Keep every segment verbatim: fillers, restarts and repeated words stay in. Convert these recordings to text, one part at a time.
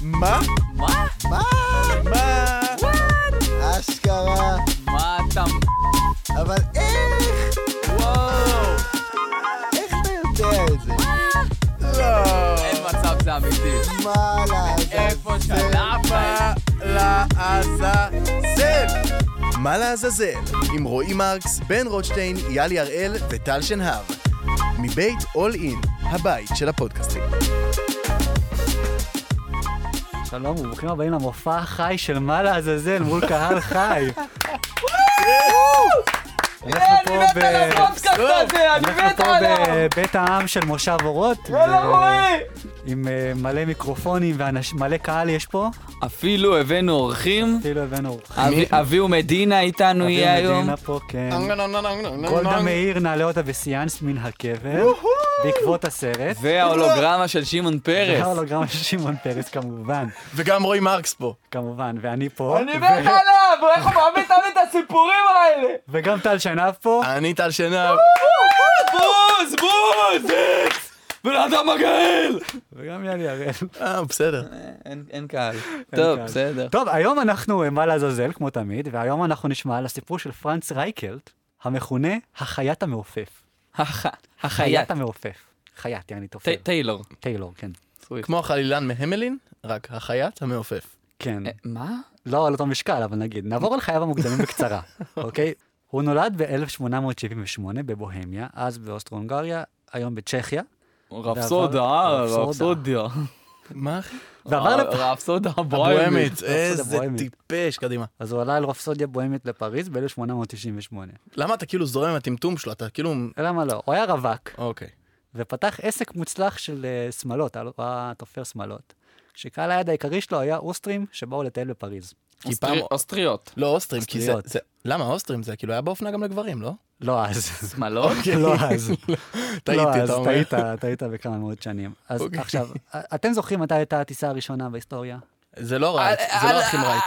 מה? מה? מה? מה? וואט? אשכרה. מה אתה... אבל איך? וואו! איך אתה יודע את זה? לא. אין מצב זה אמיתי. מה לעזאזל? איפה שלב? מה לעזאזל? מה לעזאזל? עם רועי מרקס, בן רוטשטיין, יאלי הראל וטל שנהב. מבית אול אין, הבית של הפודקאסטים. שלום וברוכים הבאים למופע החי של מה לעזאזל מול קהל חי. אנחנו פה ב- אנחנו פה בבית העם של מושב אורות, עם אה, מלא מיקרופונים ומלא קהל יש פה. אפילו הבאנו אורחים. אפילו הבאנו אורחים. אבי- אביהו מדינה איתנו יהיה אביהו היום. מדינה פה, כן. גולדה מאיר נעלה אותה בסיאנס מן הקבר, בעקבות הסרט. וההולוגרמה של שמעון פרס. וההולוגרמה של שמעון פרס כמובן, וגם רועי מרקס פה. כמובן, ואני פה. אני מת עליו! איך הוא מאמין תמיד את הסיפורים האלה? וגם טל שנהב פה. אני טל שנהב. בוז! בוז! בן אדם מגעיל! וגם יאלי הראל. אה, בסדר. אין אין קהל. טוב, קהל. בסדר. טוב, היום אנחנו מה לעזאזל כמו תמיד, והיום אנחנו נשמע על הסיפור של פרנץ רייקלט, המכונה החיית המעופף. הח- חיית החייט. המעופף. חיית, יעני תופף. ט- טיילור. טיילור, כן. כמו החלילן מהמלין, רק החייט המעופף. כן. אה, מה? לא על אותו משקל, אבל נגיד. נעבור על חייו המוקדמים בקצרה, אוקיי? הוא נולד ב-אלף שמונה מאות שבעים ושמונה בבוהמיה, אז באוסטרו-הונגריה, היום בצ'כיה. רפסודה, אה, רפסודה. רפסודיה. מה אחי? ועבר לפ... רפסודה הבוהמית. הבוהמית. איזה הבוהמית. טיפש, קדימה. אז הוא עלה על רפסודיה בוהמית לפריז ב-אלף שמונה מאות תשעים ושמונה. למה אתה כאילו זורם עם הטמטום שלו? אתה כאילו... למה לא? הוא היה רווק, אוקיי. ופתח עסק מוצלח של uh, שמלות, הוא היה תופר שמלות. שקהל היד העיקרי שלו היה אוסטרים שבאו לטייל בפריז. כי אוסטרי- פעם... אוסטריות. לא, אוסטרים, כי זה... אוסטריות. זה- למה אוסטרים? זה כאילו היה באופנה גם לגברים, לא? לא אז. שמלות? לא אז. טעיתי, לא, אתה אז אומר. טעית, טעית בכמה מאות שנים. אז אוקיי. עכשיו, אתם זוכרים מתי הייתה הטיסה הראשונה בהיסטוריה? זה לא רייט, זה לא אחים רייט.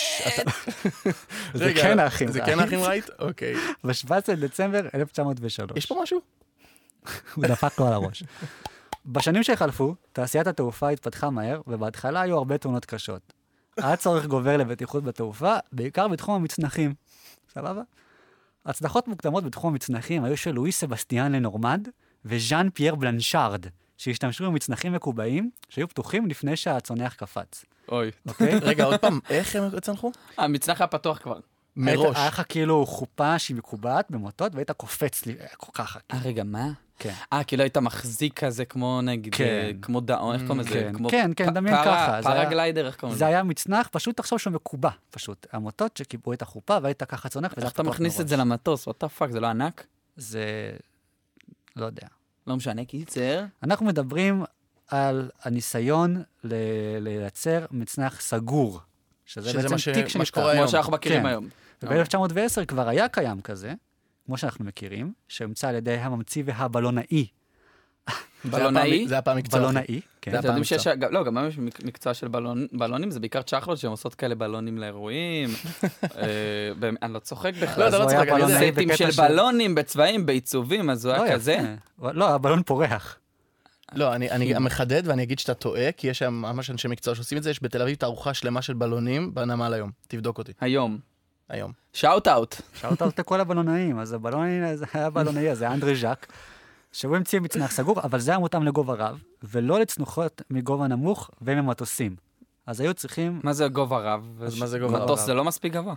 זה רגע, כן האחים זה רייט. כן האחים רייט? אוקיי. ב-שבעה עשר לדצמבר אלף תשע מאות ושלוש. יש פה משהו? הוא דפק לו על הראש. בשנים שחלפו, תעשיית התעופה התפתחה מהר, ובהתחלה היו הרבה תאונות קשות. היה צורך גובר לבטיחות בתעופה, בעיקר בתחום המצנחים. סבבה? הצלחות מוקדמות בתחום המצנחים היו של לואי סבסטיאן לנורמד וז'אן פייר בלנשארד, שהשתמשו במצנחים מקובעים שהיו פתוחים לפני שהצונח קפץ. אוי. אוקיי? רגע, עוד פעם, איך הם צנחו? המצנח היה פתוח כבר. מראש. היה לך כאילו חופה שהיא מקובעת במוטות, והיית קופץ לי ככה. אה, רגע, מה? כן. אה, כאילו היית מחזיק כזה כמו נגיד, כן. אה, כמו דאון, איך קוראים לזה? כן, כמו כן, כן, פ- דמיין פרה- ככה, זה היה- פרגליידר, איך קוראים זה לזה? היה מצנח, פשוט תחשוב שהוא מקובע, פשוט. המוטות שקיבעו את החופה, והיית ככה צונח, וזה איך אתה פתוח מכניס מראש. את זה למטוס? what the fuck, זה לא ענק? זה... לא יודע. לא משנה, קיצר. אנחנו מדברים על הניסיון ל- לייצר מצנח סגור, שזה שזה בעצם מה ש- תיק מה שנפתח. שקורה היום. כמו שאנחנו מכירים כן. היום. וב-אלף תשע מאות ועשר כבר היה קיים כזה, כמו שאנחנו מכירים, שהומצא על ידי הממציא והבלונאי. בלונאי? זה הפעם מקצוע. בלונאי, כן. זה אתם יודעים הפעם שיש, גם- לא, גם היום יש מק- מקצוע של בלון- בלונים, זה בעיקר צ'חלות שהן עושות כאלה בלונים לאירועים. אה, באמת, אני לא צוחק לא, בכלל. אתה לא אז הוא צוחק, היה אני יודע. בלונאי סטים בקטע של בלונים בצבעים, בעיצובים, אז הוא לא, היה כזה. יפה. לא, הבלון פורח. לא, אני אני גם מחדד ואני אגיד שאתה טועה, כי יש שם ממש אנשי מקצוע שעושים את זה, יש בתל אביב תערוכה שלמה של בלונים בנמל היום. תבדוק אותי. היום. היום. שאוט אאוט. שאלת אותה כל הבלונאים, אז הבלונאי זה היה הבלונאי הזה, אנדרי ז'אק, שהוא המציא מצנח סגור, אבל זה היה מותאם לגובה רב, ולא לצנוחות מגובה נמוך וממטוסים. אז היו צריכים... מה זה גובה רב? אז מה זה גובה מטוס רב? זה לא מספיק גבוה.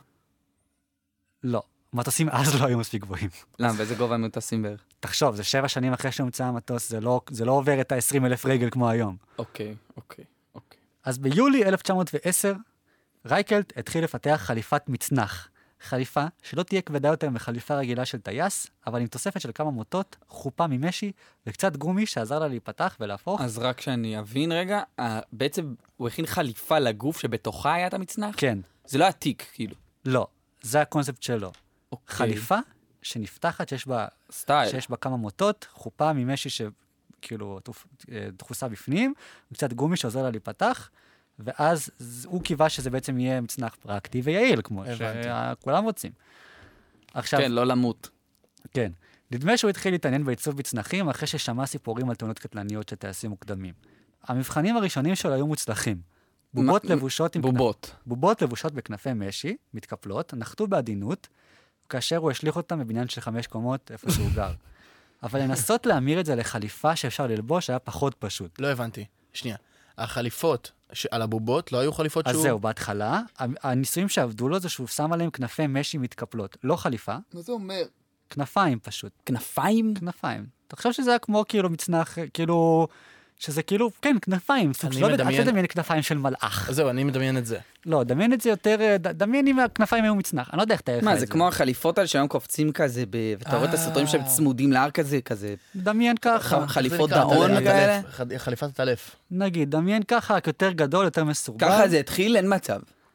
לא. מטוסים אז לא היו מספיק גבוהים. למה? באיזה גובה הם מטוסים בערך? תחשוב, זה שבע שנים אחרי שהומצא המטוס, זה לא, זה לא עובר את ה-עשרים אלף רגל כמו היום. אוקיי, אוקיי, אוקיי. אז ביולי אלף תשע מאות ועשר, רייקלט התחיל לפתח חליפת מצנח. חליפה שלא תהיה כבדה יותר מחליפה רגילה של טייס, אבל עם תוספת של כמה מוטות, חופה ממשי וקצת גומי שעזר לה להיפתח ולהפוך. אז רק שאני אבין רגע, אה, בעצם הוא הכין חליפה לגוף שבתוכה היה את המצנח? כן, זה לא היה תיק, כאילו. לא, זה הקונספט שלו. אוקיי. חליפה שנפתחת, שיש בה, סטייל. שיש בה כמה מוטות, חופה ממשי שכאילו תופ- אה, דחוסה בפנים, וקצת גומי שעוזר לה להיפתח, ואז ז- הוא קיווה שזה בעצם יהיה מצנח פרקטי ויעיל, כמו הבנתי. שכולם רוצים. עכשיו, כן, לא למות. כן. נדמה שהוא התחיל להתעניין בעיצוב מצנחים אחרי ששמע סיפורים על תאונות קטלניות של טייסים מוקדמים. המבחנים הראשונים שלו היו מוצלחים. בובות מה- לבושות עם בובות. בובות לבושות בכנפי משי, מתקפלות, נחתו בעדינות, כאשר הוא השליך אותם בבניין של חמש קומות, איפה שהוא גר. אבל לנסות להמיר את זה לחליפה שאפשר ללבוש היה פחות פשוט. לא הבנתי. שנייה. החליפות ש- על הבובות לא היו חליפות אז שהוא... זהו, בהתחלה, הניסויים שעבדו לו זה שהוא שם עליהם כנפי משי מתקפלות. לא חליפה, מה זה אומר? כנפיים פשוט. כנפיים? כנפיים. תחשוב שזה היה כמו כאילו מצנח, כאילו... שזה כאילו, כן, כנפיים. סוג אני של- לא יודע, מדמיין- אל תדמיין כנפיים של מלאך. אז זהו, אני מדמיין את זה. לא, דמיין את זה יותר, אה, ד- דמיין אם הכנפיים היו מצנח. אני לא יודע איך תאר לך מה, את זה זה. כמו החליפות האלה שהיום קופצים כזה, ב- ואתה רואה את הסרטונים שהם צמודים להר כזה, כזה דמיין ככה. ח- חליפות זה נקרא דאון הטלף, כאלה. הטלף, חליפת הטלף. נגיד, דמיין ככה, רק יותר גדול, יותר מסורבל. ככה זה התחיל, אין מצב.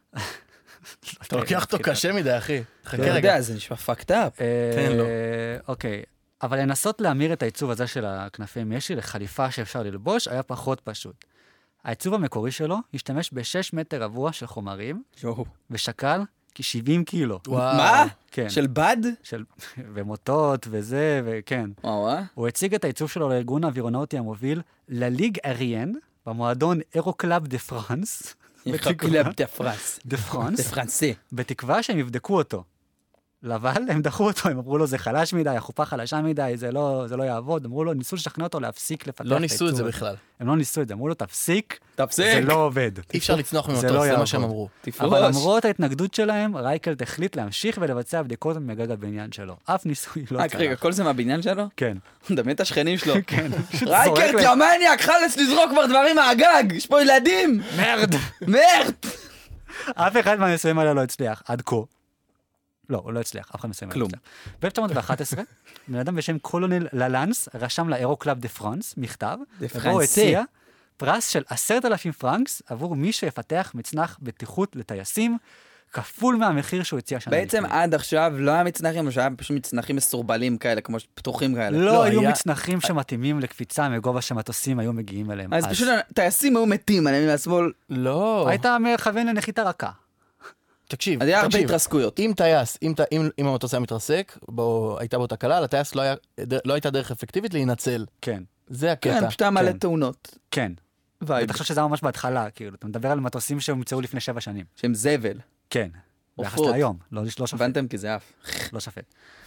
אתה לוקח אותו קשה מדי, אחי. חכה אתה רגע. יודע, זה נשמע fucked up. אה, כן, לא. אוקיי, אבל לנסות להמיר את העיצוב הזה של הכנפי משי לחליפה שאפשר ללבוש היה פחות פשוט. העיצוב המקורי שלו השתמש בשש מטר רבוע של חומרים, יואו. ושקל כ-שבעים קילו. וואו. מה? כן. של בד? של... ומוטות וזה, וכן. וואו, אה? הוא הציג את העיצוב שלו לארגון האווירונאוטי המוביל, לליג אריאן, במועדון אירו קלאב דה פרנס. קלאב דה פרנס. דה דה פרנס. פרנסה. בתקווה שהם יבדקו אותו. אבל הם דחו אותו, הם אמרו לו, זה חלש מדי, החופה חלשה מדי, זה לא, זה לא יעבוד. אמרו לו, ניסו לשכנע אותו להפסיק לפתח את לא ניסו את העיצוב זה הזה. בכלל. הם לא ניסו את זה, אמרו לו, תפסיק, תפסיק. זה לא עובד. אי אפשר לצנוח זה ממטוס, לא זה יעבוד. מה שהם אמרו. תפרוש. אבל למרות ההתנגדות שלהם, רייקלט החליט להמשיך ולבצע בדיקות מגג הבניין שלו. אף ניסוי לא רק רגע, צלח. כל זה מהבניין שלו? כן. מדמיין את השכנים שלו. כן. פשוט זורק רייקרט, להם. יא מניאק, חלץ לזרוק כבר דברים מהגג, יש פה ילדים. מרד. מרד. אף אחד מהניסויים האלה לא הצליח, עד כה. לא, הוא לא הצליח, אף אחד מהניסויים האלה לא כלום. הצליח. ב-אלף תשע מאות ואחת עשרה, בן אדם בשם קולונל ללנס רשם לאירו קלאב דה פרנס מכתב, דה ובו הוא פרנסה. הציע פרס של עשרת אלפים פרנקס עבור מי שיפתח מצנח בטיחות לטייסים, כפול מהמחיר שהוא הציע שנה בעצם לפני. עד עכשיו לא היה מצנחים, או שהיה פשוט מצנחים מסורבלים כאלה, כמו פתוחים כאלה. לא לא, היו היה- מצנחים שמתאימים לקפיצה מגובה שמטוסים היו מגיעים אליהם. אז פשוט טייסים היו מתים, אני מהשמאל, לא. היית מכוון לנחיתה רכה. תקשיב, אז היה הרבה תקשיב. התרסקויות. אם טייס, אם, ט- אם, אם המטוס היה מתרסק, בו, הייתה בו תקלה, לטייס לא, היה, ד- לא הייתה דרך אפקטיבית להינצל. כן, זה הקטע. כן, פשוט היה מלא כן. תאונות. כן. וייב. ותחשוב שזה היה ממש בהתחלה, כאילו, אתה מדבר על מטוסים שהומצאו לפני שבע שנים. שהם זבל. כן. ביחס עופות. להיום, לא, לא שופט. הבנתם? כי זה אף. לא שפט.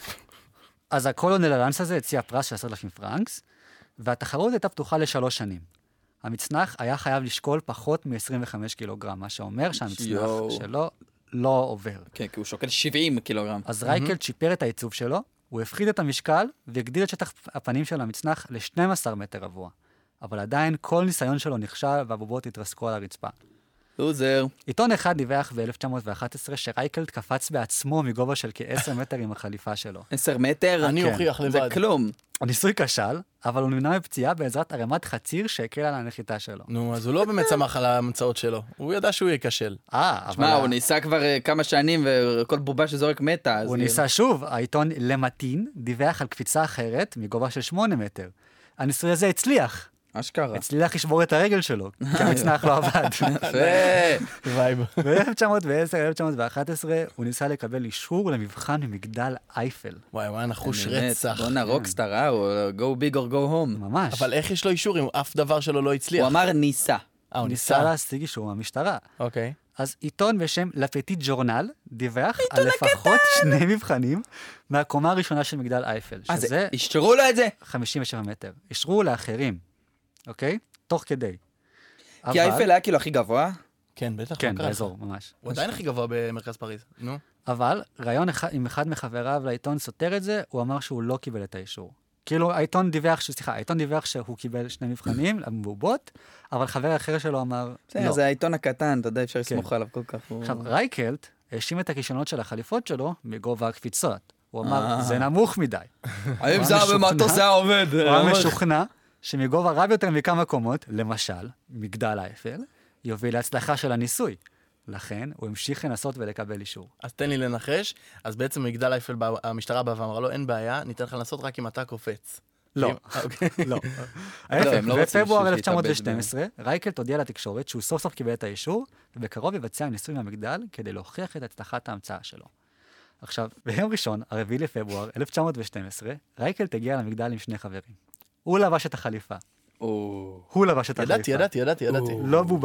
אז הקולונל הלנס הזה הציע פרס של עשרת אלפים פרנקס, והתחרות הייתה פתוחה לשלוש שנים. המצנח היה חייב לשקול פחות מ-עשרים וחמישה קילוגרם, מה שאומר שהמצנח יואו. שלו לא עובר. כן, כי הוא שוקל שבעים קילוגרם. אז רייקלט שיפר את העיצוב שלו, הוא הפחית את המשקל והגדיל את שטח הפנים של המצנח ל-שנים עשר מטר רבוע. אבל עדיין כל ניסיון שלו נכשל והבובות התרסקו על הרצפה. לוזר. עיתון אחד דיווח ב-אלף תשע מאות ואחת עשרה שרייקלט קפץ בעצמו מגובה של כ-עשר מטר עם החליפה שלו. עשר מטר? אני כן. אוכיח זה לבד. כלום. הניסוי כשל, אבל הוא נמנע מפציעה בעזרת ערימת חציר שהקל על הנחיתה שלו. נו, אז הוא לא באמת שמח על ההמצאות שלו. הוא ידע שהוא ייכשל. אה, אבל שמע, הוא ניסה כבר אה, כמה שנים, וכל בובה שזורק מתה. אז הוא אה, ניסה שוב. העיתון למטין דיווח על קפיצה אחרת מגובה של שמונה מטר. הניסוי הזה הצליח. אשכרה. הצליח לשבור את הרגל שלו, כי המצנח לא עבד. יפה. וייב. ב-אלף תשע מאות ועשר עד אלף תשע מאות ואחת עשרה הוא ניסה לקבל אישור למבחן ממגדל אייפל. וואי, הוא היה נחוש באמת, רצח. בואנה רוקסטאר, אה? הוא go big or go home. ממש. אבל איך יש לו אישור אם אף דבר שלו לא הצליח? הוא אמר ניסה. אה, הוא הוא ניסה ניסה. להשיג אישור מהמשטרה. אוקיי. אז עיתון בשם לפטיט ג'ורנל דיווח על לפחות שני מבחנים מהקומה הראשונה של מגדל אייפל, אה, זה- שזה אישרו לו את זה? חמישים ושבע מטר. אישרו לאחרים, אוקיי? תוך כדי. כי אבל- אייפל היה כאילו הכי גבוה. כן, בטח. כן, מה קרה לך? באזור, ממש. הוא עדיין הכי גבוה במרכז פריז. נו. אבל ראיון אחד, עם אחד מחבריו לעיתון סותר את זה, הוא אמר שהוא לא קיבל את האישור. כאילו, העיתון דיווח, ש- סליחה, העיתון דיווח שהוא קיבל שני מבחנים, מבובות, אבל חבר אחר שלו אמר בסדר, לא. זה העיתון הקטן, אתה יודע, אפשר לסמוך עליו כל כך. הוא- עכשיו, רייקלט האשים את הכישלונות של החליפות שלו מגובה הקפיצות. הוא אמר, אה. זה נמוך מדי. האם זה היה היה במטוס משוכנע? היה עובד? הוא היה משוכנע שמגובה רב יותר מכמה קומות, למשל, מגדל אייפל, יוביל להצלחה של הניסוי. לכן, הוא המשיך לנסות ולקבל אישור. אז תן לי לנחש. אז בעצם מגדל אייפל, בא- המשטרה באה ואמרה לו, אין בעיה, ניתן לך לנסות רק אם אתה קופץ. לא. אם- אוקיי. לא. לא, ההפך, הם לא רוצים בפברואר שהוא אלף תשע מאות ושתים יתאבד עשרה, רייקלט הודיע לתקשורת שהוא סוף סוף קיבל את האישור, ובקרוב יבצע ניסוי מהמגדל כדי להוכיח את הצלחת ההמצאה שלו. עכשיו, ביום ראשון, הרביעי לפברואר אלף תשע מאות ושתים עשרה, רייקלט הגיע למגדל עם שני חברים. הוא לבש את החליפה. או, הוא לבש את החליפה. ידעתי, ידעתי, ידעתי, ידעתי. לא בובה.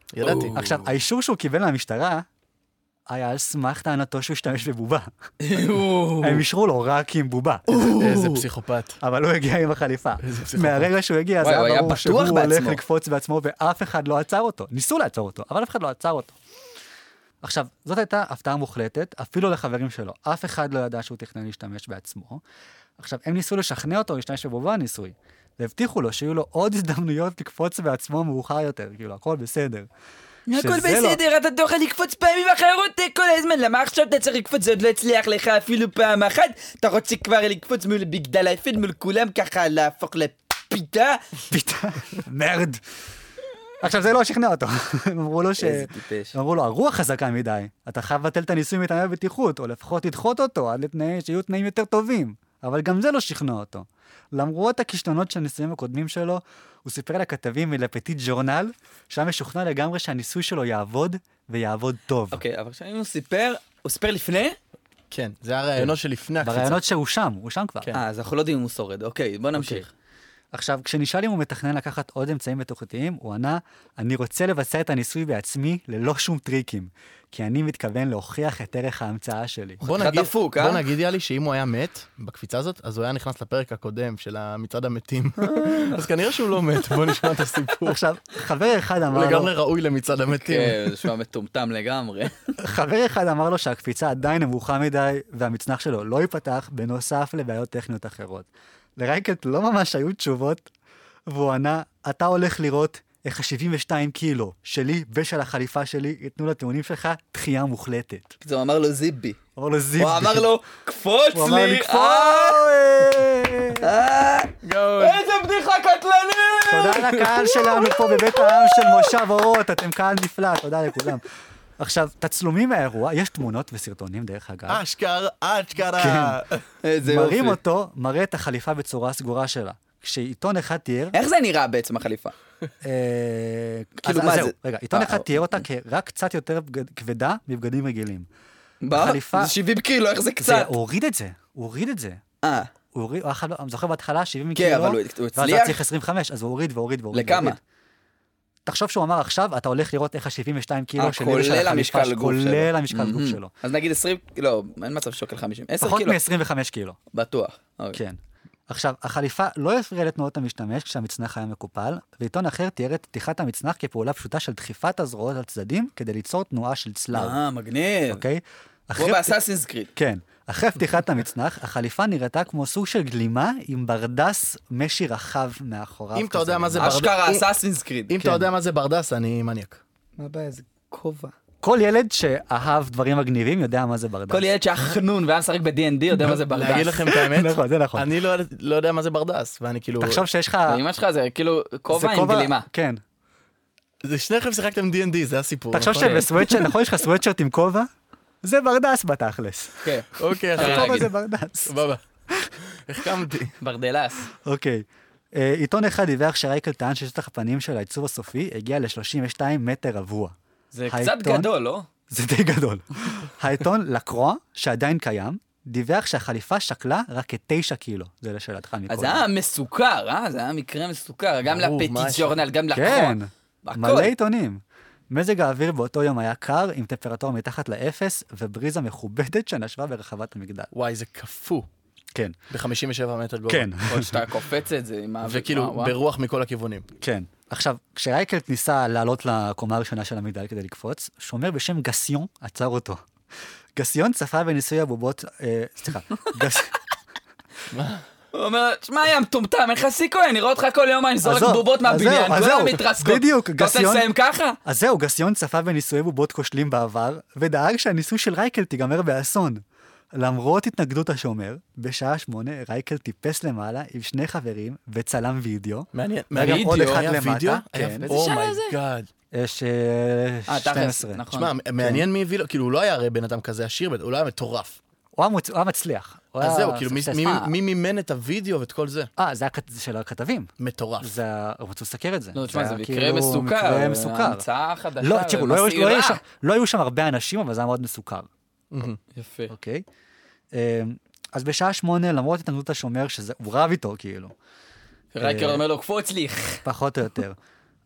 ידעתי. עכשיו, האישור שהוא קיבל מהמשטרה, היה על סמך טענתו שהוא השתמש בבובה. הם אישרו לו רק עם בובה. איזה פסיכופת. אבל הוא הגיע עם החליפה. איזה פסיכופת. מהרגע שהוא הגיע, זה וואי, הוא היה היה ברור שהוא בטוח הולך בעצמו. לקפוץ בעצמו, ואף אחד לא עצר אותו. ניסו לעצור אותו, אבל אף אחד לא עצר אותו. עכשיו, זאת הייתה הפתעה מוחלטת, אפילו לחברים שלו. אף אחד לא ידע שהוא תכנן להשתמש בעצמו. עכשיו, הם ניסו לשכנע אותו להשתמש בבובה ניסוי. והבטיחו לו שיהיו לו עוד הזדמנויות לקפוץ בעצמו מאוחר יותר. כאילו, הכל בסדר. הכל שזה לא- בסדר, אתה תוכל לקפוץ פעמים אחרות כל הזמן, למה עכשיו אתה צריך לקפוץ, זה עוד לא הצליח לך אפילו פעם אחת, אתה רוצה כבר לקפוץ מול בגדל אייפל, מול כולם, ככה להפוך לפיתה? פיתה, מרד. עכשיו, זה לא שכנע אותו. הם אמרו לו ש... איזה טיפש. אמרו לו, הרוח חזקה מדי, אתה חייב לבטל את הניסוי מטעמי הבטיחות, או לפחות לדחות אותו עד לתנאים שיהיו תנאים יותר טובים. אבל גם זה לא שכנע אותו. למרות הכישלונות של הניסויים הקודמים שלו, הוא סיפר לכתבים מלפטיט ז'ורנל, שהיה משוכנע לגמרי שהניסוי שלו יעבוד, ויעבוד טוב. אוקיי, אבל כשאם הוא סיפר, הוא סיפר לפני? כן, זה היה הרעיונות שלפני הקפיצה. ברעיונות שהוא שם, הוא שם כבר. כן. אה, אז אנחנו לא יודעים אם הוא שורד. אוקיי, בוא נמשיך. עכשיו, כשנשאל אם הוא מתכנן לקחת עוד אמצעים בטוחתיים, הוא ענה, אני רוצה לבצע את הניסוי בעצמי ללא שום טריקים, כי אני מתכוון להוכיח את ערך ההמצאה שלי. בוא חתיכת נגיד, דפוק, אה? בוא נגיד יאלי שאם הוא היה מת בקפיצה הזאת, אז הוא היה נכנס לפרק הקודם של מצעד המתים. אז כנראה שהוא לא מת, בוא נשמע את הסיפור. עכשיו, חבר אחד אמר הוא לו, לגמרי ראוי למצעד המתים. כן, זה נשמע מטומטם לגמרי. חבר אחד אמר לו שהקפיצה עדיין נמוכה מדי, והמצנח שלו לא ייפתח, בנוסף לבעיות טכניות אחרות. לרייקלט לא ממש היו תשובות, והוא ענה, אתה הולך לראות איך ה-שבעים ושתיים קילו שלי ושל החליפה שלי ייתנו לטיעונים שלך דחייה מוחלטת. אז הוא אמר לו זיבי. הוא אמר לו זיבי. הוא אמר לו, קפוץ הוא אמר לי, לי! קפוץ! אה, איזה בדיחה קטלנית! תודה לקהל שלנו פה בבית העם של מושב אורות, אתם קהל נפלא, תודה לכולם. עכשיו, תצלומים מהאירוע, יש תמונות וסרטונים דרך אגב. אשכרה, אשכרה. איזה יופי. מראים אותו, מראה את החליפה בצורה סגורה שלה. כשעיתון אחד תיאר, איך זה נראה בעצם החליפה? אה, כאילו, אז- מה אז זה? זהו, רגע, עיתון אה, אחד אה, תיאר אותה כרק קצת יותר בגד- כבדה מבגדים רגילים. מה? החליפה- זה שבעים קילו, איך זה זה, קצת? הוא הוריד את זה, הוא הוריד את זה. אה, הוא הוריד, הוא אכל- אני זוכר בהתחלה שבעים כן, קילו, אבל הוא- הוא ואז הצליח? היה צריך עשרים וחמש, אז הוא הוריד והוריד והוריד. לכמה? והוריד. תחשוב שהוא אמר עכשיו, אתה הולך לראות איך ה-שבעים ושתיים קילו אה, שלי כולל ושל החליפה, המשקל גוף שלו. כולל המשקל גוף מהמם. שלו. אז נגיד עשרים, לא, אין מצב שוקל חמישים. עשר פחות קילו, מ-עשרים וחמש קילו. בטוח. אוקיי. כן. עכשיו, החליפה לא הפריעה לתנועות המשתמש כשהמצנח היה מקופל, ועיתון אחר תיאר את פתיחת המצנח כפעולה פשוטה של דחיפת הזרועות על צדדים כדי ליצור תנועה של צלב, אה, מגניב. אוקיי? כמו אחרי פ- באסאסינס קריד. כן. אחרי פתיחת המצנח, החליפה נראתה כמו סוג של גלימה עם ברדס משי רחב מאחוריו. אם אתה יודע כזה. מה זה ברדס, אשכרה אם- אסאסינס קריד. אם אתה יודע מה זה ברדס, אני מניאק. מה הבעיה? זה כובע. כל ילד שאהב דברים מגניבים יודע מה זה ברדס. כל ילד שהיה חנון והיה משחק ב-די אנד די יודע מה זה ברדס. להגיד לכם את האמת, נכון, זה נכון. אני לא לא יודע מה זה ברדס, ואני כאילו... תחשוב שיש לך... האמא שלך זה כאילו כובע זה עם גלימה. כן. זה שניכם שיחקתם די אנד די, זה הסיפור. תחשוב נכון? שבסוואטשרט, נכון, יש לך סוואטשרט עם כובע? זה ברדס בתכלס. כן. אוקיי, אה, אחי. כובע להגיד. זה ברדס. סבבה. החכמתי. ברדלס. אוקיי. אה, עיתון אחד דיווח שרייקל טען ששטח הפנים של העיצוב הסופי הגיע ל-שלושים ושתיים מטר רבוע. זה העיתון- קצת גדול, לא? זה די גדול. העיתון לקרוע, שעדיין קיים, דיווח שהחליפה שקלה רק כתשע קילו. זה לשאלתך מקודם. אז זה היה מסוכר, אה? זה היה מקרה מסוכר. גם ברור, מה לפטיט יש? ז'ורנל, גם לקרוא. כן, הכל. מלא עיתונים. מזג האוויר באותו יום היה קר, עם טמפרטורה מתחת לאפס, ובריזה מכובדת שנשבה ברחבת המגדל. וואי, זה קפוא. כן, ב-חמישים ושבע מטר גובה. כן, עוד שאתה קופץ את זה עם ה... וכאילו, וואו, וואו. ברוח מכל הכיוונים. כן. עכשיו, כשרייקלט ניסה לעלות לקומה הראשונה של המגדל כדי לקפוץ, שומר בשם גסיון עצר אותו. גסיון צפה בניסוי הבובות, אה, סליחה, גס... הוא אומר, שמע, יא מטומטם, אין לך סיכוי, אני רואה אותך כל יום, אני זורק זהו, בובות אז מהבניין, זהו, אז כולם זהו, מתרסקות. בדיוק, אתה רוצה גסיון- לסיים ככה? אז זהו, גסיון צפה בניסויי בובות כושלים בעבר, ודאג שהניסוי של רייקל תיגמר באסון. למרות התנגדות השומר, בשעה שמונה רייקל טיפס למעלה עם שני חברים וצלם וידאו. מעניין. והיה גם וידאו? עוד אחד היה למטה. וידאו? כן. באיזה שנה זה? אומייגאד. יש אה, אה, תכלס, שתים עשרה. נכון. שמע, מעניין מי הביא לו, כאילו הוא לא היה הרי בן אדם כזה עשיר, הוא לא היה מטורף. הוא היה מוצ- הוא היה מצליח. הוא אז היה זהו, כאילו מי- successful. מי- אה. מי מימן את הוידאו ואת כל זה? אה, זה היה כת- זה של הכתבים. מטורף. זה ה- הם רצו לסקר את זה. לא, תשמע, זה היה מקרה כאילו מסוכר. מקרה מסוכר. המצאה חדשה לא, תראו, לא היו- לא היו ומסעירה. שם- לא היו שם הרבה אנשים, אבל זה היה מאוד מסוכר. יפה. אוקיי? אמ, אז בשעה שמונה, למרות התנגדות השומר, שזה, הוא רב איתו, כאילו, רייקר אה, אומר לו, קפוץ לי. פחות או יותר.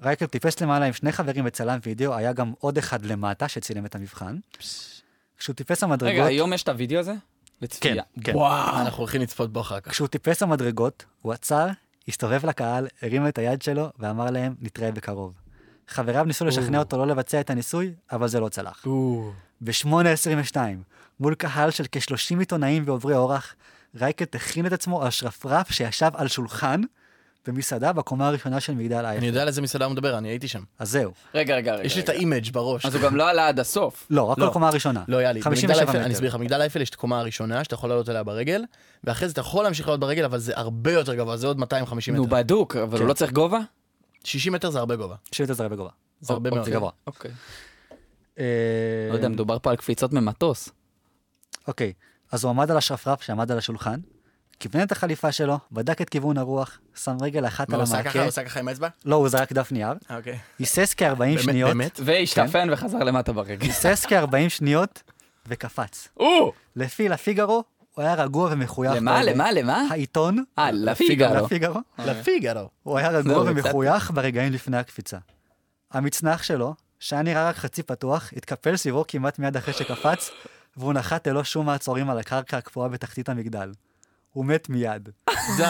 רייקל טיפס למעלה עם שני חברים וצלם וידאו, היה גם עוד אחד למטה שצילם את המבחן. כשהוא טיפס המדרגות... רגע, היום יש את הוידאו הזה? לצפייה. כן, כן. וואו. אנחנו הולכים לצפות בו אחר כך. כשהוא טיפס המדרגות, הוא עצר, הסתובב לקהל, הרים את היד שלו ואמר להם, נתראה בקרוב. חבריו ניסו לשכנע אותו לא לבצע את הניסוי, אבל זה לא צלח. ב-שמונה עשרים ושתיים, מול קהל של כ-שלושים עיתונאים ועוברי אורח, רייקל תכין את עצמו על שרפרף שישב על שולחן במסעדה בקומה הראשונה של מגדל אייפל. אני יודע על איזה מסעדה הוא מדבר, אני הייתי שם. אז זהו. רגע, רגע, רגע. יש לי את האימג' בראש. אז הוא גם לא עלה עד הסוף. לא, רק לא. על קומה הראשונה. לא, יאללה, חמישים במגדל ושבע אייפל, אני מטר. אסביר לך, במגדל אייפל יש את הקומה הראשונה, שאתה יכול לעלות אליה ברגל, ואחרי זה אתה יכול להמשיך לעלות ברגל, אבל זה הרבה יותר גבוה, זה עוד מאתיים וחמישים נו, מטר. בדוק, אבל הוא לא צריך גובה? שישים מטר זה הרבה גובה. שיט את זה בגובה. זה הרבה מאוד. זה גבוה. אוקיי. אה, לא יודע, מדובר פה על קפיצות ממטוס. אוקיי, אז הוא עמד על השרפרף שעמד על השולחן, כיוון את החליפה שלו, בדק את כיוון הרוח, שם רגל אחת מה, על הוא עושה ככה? המעקה. הוא עושה ככה עם האצבע? לא, הוא זרק דף נייר. אוקיי. היסס כ-ארבעים באמת, שניות. באמת? והשתפן וחזר למטה ברגל. היסס כ-ארבעים שניות וקפץ. או! לפי לפיגרו, הוא היה רגוע ומחוייך. למה, ברגע- למה, למה? העיתון, אה, לפיגרו. לפיגרו, לפיגרו. הוא היה רגוע זהו, ומחוייך ברגעים לפני הקפיצה. המצנח שלו, שהיה נראה רק חצי פתוח, התקפל סביבו כמעט מיד אחרי שקפץ, והוא נחת ללא שום מעצורים על הקרקע הקפואה בתחתית המגדל. הוא מת מיד. די.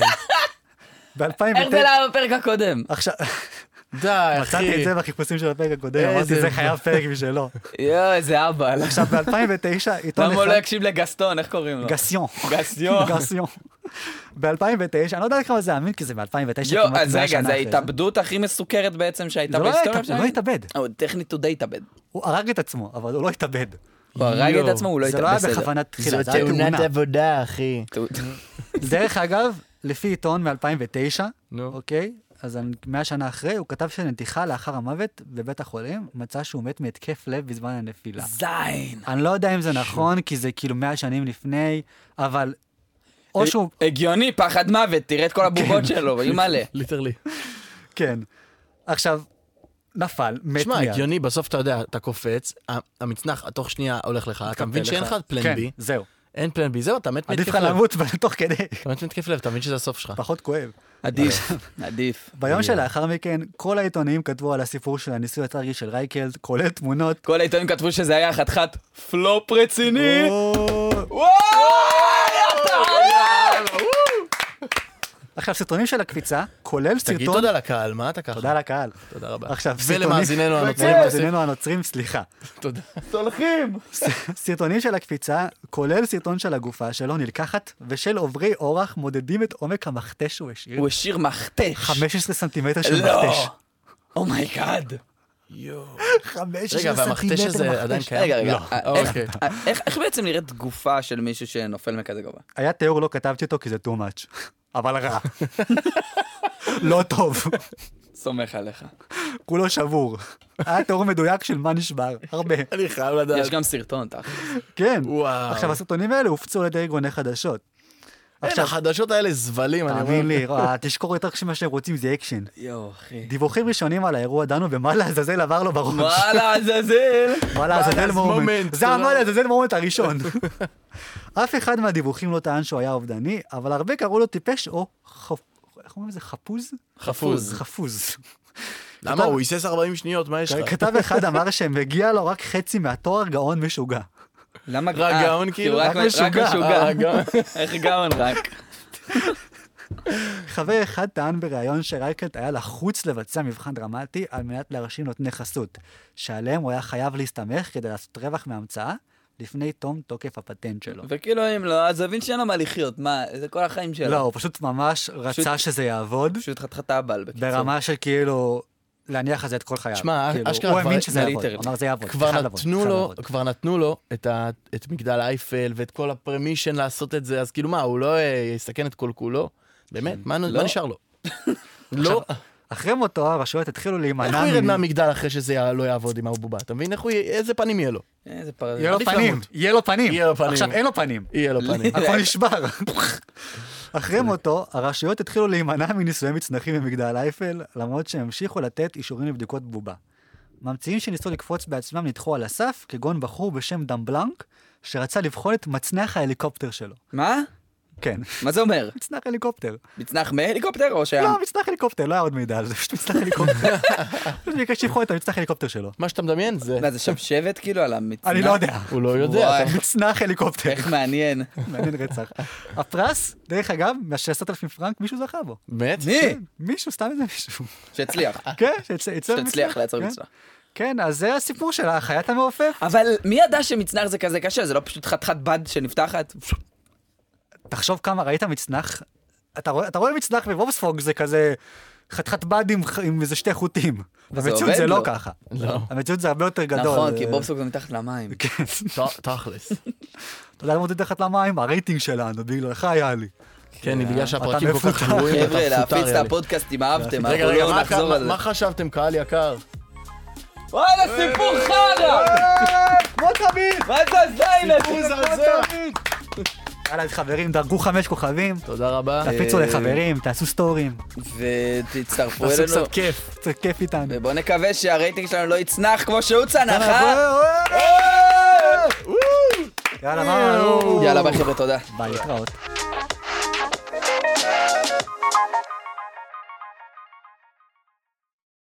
ב-אלפיים איך זה ותשע... לא היה בפרק הקודם? עכשיו, די, מצאתי את אחי. זה בחיפושים של הפרק הקודם, איזה אמרתי, זה ב- חייב פרק בשבילו. יואו, איזה אבא. עכשיו, ב-אלפיים ותשע, עיתון למה הוא לא אחד... יקשיב לגסטון, איך קוראים לו? גסיון. גסיון. גסיון. ב-אלפיים ותשע, אני לא יודע כמה זה אמין, כי זה ב-אלפיים ותשע יואו, כמעט אז מאה רגע, שנה זה אחרי ההתאבדות הכי מסוכרת בעצם שהייתה זה לא בהיסטוריה היה- הוא לא התאבד. הוא טכנית הוא די התאבד. הוא הרג את עצמו, אבל הוא לא התאבד. הוא הרג את יואו. עצמו, הוא לא זה לא היה התאבד. בסדר. בכוונת תחילה, זו זה היה תאונת תאונה. עבודה, אחי. דרך אגב, לפי עיתון מ-אלפיים ותשע, נו. אוקיי? אז מאה שנה אחרי, הוא כתב שנתיחה לאחר המוות בבית החולים, מצא שהוא מת מהתקף לב בזמן הנפילה. זין. אני לא יודע אם זה נכון, כי זה כאילו מאה שנים לפני, אבל... או שהוא... הגיוני, פחד מוות, תראה את כל הבובות שלו, היא מלא. ליטרלי. כן. עכשיו, נפל, מת שמע, מיד. הגיוני, בסוף אתה יודע, אתה קופץ, ה- המצנח תוך שנייה הולך לך, אתה מבין שאין לך פלן כן, בי, זהו. אין פלן בי, זהו, אתה מת עדיף לך מתקף לב. למות תוך כדי, אתה מת מתקף לב, אתה מבין שזה הסוף שלך. פחות כואב. עדיף, עדיף. ביום שלאחר מכן, כל העיתונאים כתבו על הסיפור של הניסוי הטרגי של רייקלד, כולל תמונות. כל העיתונים כתבו שזה היה חתיכת פלופ רציני. או, עכשיו, סרטונים של הקפיצה, כולל תגיד סרטון... תודה לקהל, מה אתה ככה? תודה לקהל. תודה רבה. עכשיו, סרטונים... ולמאזיננו הנוצרים. ולמאזיננו הנוצרים, סליחה. תודה. סולחים. סרטונים של הקפיצה, כולל סרטון של הגופה שלו, נלקחת, ושל עוברי אורח מודדים את עומק המכתש שהוא השאיר. הוא השאיר מכתש. חמישה עשר סנטימטר של לא. מכתש. אומייגאד. חמישה עשר רגע, והמכתש סנטימטר הזה עדיין מכתש. קיים? רגע, רגע. לא. איך- אוקיי. איך- איך בעצם נראית גופה של מישהו שנופל מכזה גובה? היה תיאור, לא כתבתי אותו כי זה too much. אבל רע. לא טוב. סומך עליך. כולו שבור. היה תיאור מדויק של מה נשבר. הרבה. אני חייב לדעת. יש גם סרטון, תכל'ס. כן. וואו. עכשיו, הסרטונים האלה הופצו על ידי ארגוני חדשות. אין, עכשיו, החדשות האלה זבלים, אני אומר. תאמין לי, התשקור יותר קשה מה שהם רוצים, זה אקשן. יואו, אחי. דיווחים ראשונים על האירוע דנו במה לעזאזל עבר לו בראש. מה לעזאזל? מה לעזאזל מומנט. מומנט, זה תודה. מה לעזאזל מומנט הראשון. אף אחד מהדיווחים לא טען שהוא היה אובדני, אבל הרבה קראו לו טיפש או חפ... איך אומרים לזה? חפוז? חפוז. חפוז. למה? הוא היסס ארבעים שניות, מה יש לך? כתב אחד אמר שמגיע לו רק חצי מהתואר גאון משוגע. למה? רק אה, גאון, כי כאילו? הוא רק רק משוגע. רק משוגע. אה, גאון. איך גאון רק? חבר אחד טען בריאיון שרייקלד היה לחוץ לבצע מבחן דרמטי על מנת להרשים נותני חסות, שעליהם הוא היה חייב להסתמך כדי לעשות רווח מההמצאה לפני תום תוקף הפטנט שלו. וכאילו אם לא, אז הבין שאין לו מה לחיות, מה, זה כל החיים שלו. לא, הוא פשוט ממש רצה שזה יעבוד, פשוט חתיכת אבל, בקיצור. ברמה של כאילו להניח על זה את כל חייו. שמע, כאילו, אשכרה הוא כבר- האמין שזה זה יעבוד, ליטרלי. הוא אמר זה יעבוד, כבר חייב לעבוד, נתנו חייב לו, לעבוד. כבר נתנו לו את ה- את מגדל אייפל ואת כל הפרמישן לעשות את זה, אז כאילו מה, הוא לא אה, יסכן את כל כולו? באמת? מה מה לא. נשאר לו? לא. אחרי מותו הרשויות התחילו איך להימנע הוא ירד מ- מהמגדל אחרי שזה יה- לא יעבוד עם הבובה? אתה מבין? איך הוא י- איזה פנים יהיה לו? איזה פר... יהיה לו עדיף פנים, למות. יהיה לו פנים. יהיה לו פנים. עכשיו אין לו פנים. יהיה לו פנים. הכל נשבר. אחרי מותו, הרשויות התחילו להימנע מניסויי מצנחים במגדל אייפל, למרות שהם המשיכו לתת אישורים לבדיקות בובה. ממציאים שניסו לקפוץ בעצמם נדחו על הסף, כגון בחור בשם דם בלנק, שרצה לבחון את מצנח ההליקופטר שלו. מה? כן. מה זה אומר? מצנח הליקופטר. מצנח מהליקופטר או שה... לא, מצנח הליקופטר, לא היה עוד מידע על זה, פשוט מצנח הליקופטר. פשוט ביקש שיבחו את המצנח הליקופטר שלו. מה שאתה מדמיין זה... מה זה שבשבת כאילו על המצנח? אני לא יודע. הוא לא יודע. וואי. אתה- מצנח הליקופטר. איך מעניין. מעניין רצח. הפרס, דרך אגב, מה-עשרת אלפים פרנק, מישהו זכה בו. באמת? מי? כן, מישהו, סתם איזה מישהו. שהצליח. כן, שיצא מצנח. שהצליח לייצר כן. מצנח. כן, אז זה הסיפור של החיית המעופף. אבל מי ידע שמצנח זה כזה קשה? זה לא פשוט חתיכת בד שנפתחת? תחשוב כמה ראית מצנח, אתה רואה, אתה רואה מצנח בבובספוג זה כזה חתיכת בד עם, עם איזה שתי חוטים. במציאות עובד זה לו. לא ככה. לא. המציאות זה הרבה יותר גדול. נכון, כי אה, בובסוג זה מתחת למים. כן. ת- תכלס. אתה יודע למה עוד תחת למים? הרייטינג שלנו, בגללך היה לי. כן, בגלל שהפרקים אתה כל כך מפותח. גרועים, חבר'ה, אתה להפיץ מפוטר, את יאללה. הפודקאסט אם אהבתם, רגע, אנחנו רגע, לא מה- נחזור על זה. מה חשבתם, קהל יקר? וואלה, סיפור חרא! כמו תמיד! מה זה הזין הזה? יאללה, חברים, דרגו חמש כוכבים, תודה רבה. תפיצו אה, לחברים, תעשו סטורים, ותצטרפו תעשו אלינו. קצת כיף. זה כיף איתנו. ובואו נקווה שהרייטינג שלנו לא יצנח כמו שהוא צנח, אה? יאללה, מה? יאללה, ביי חבר'ה, תודה. ביי, להתראות.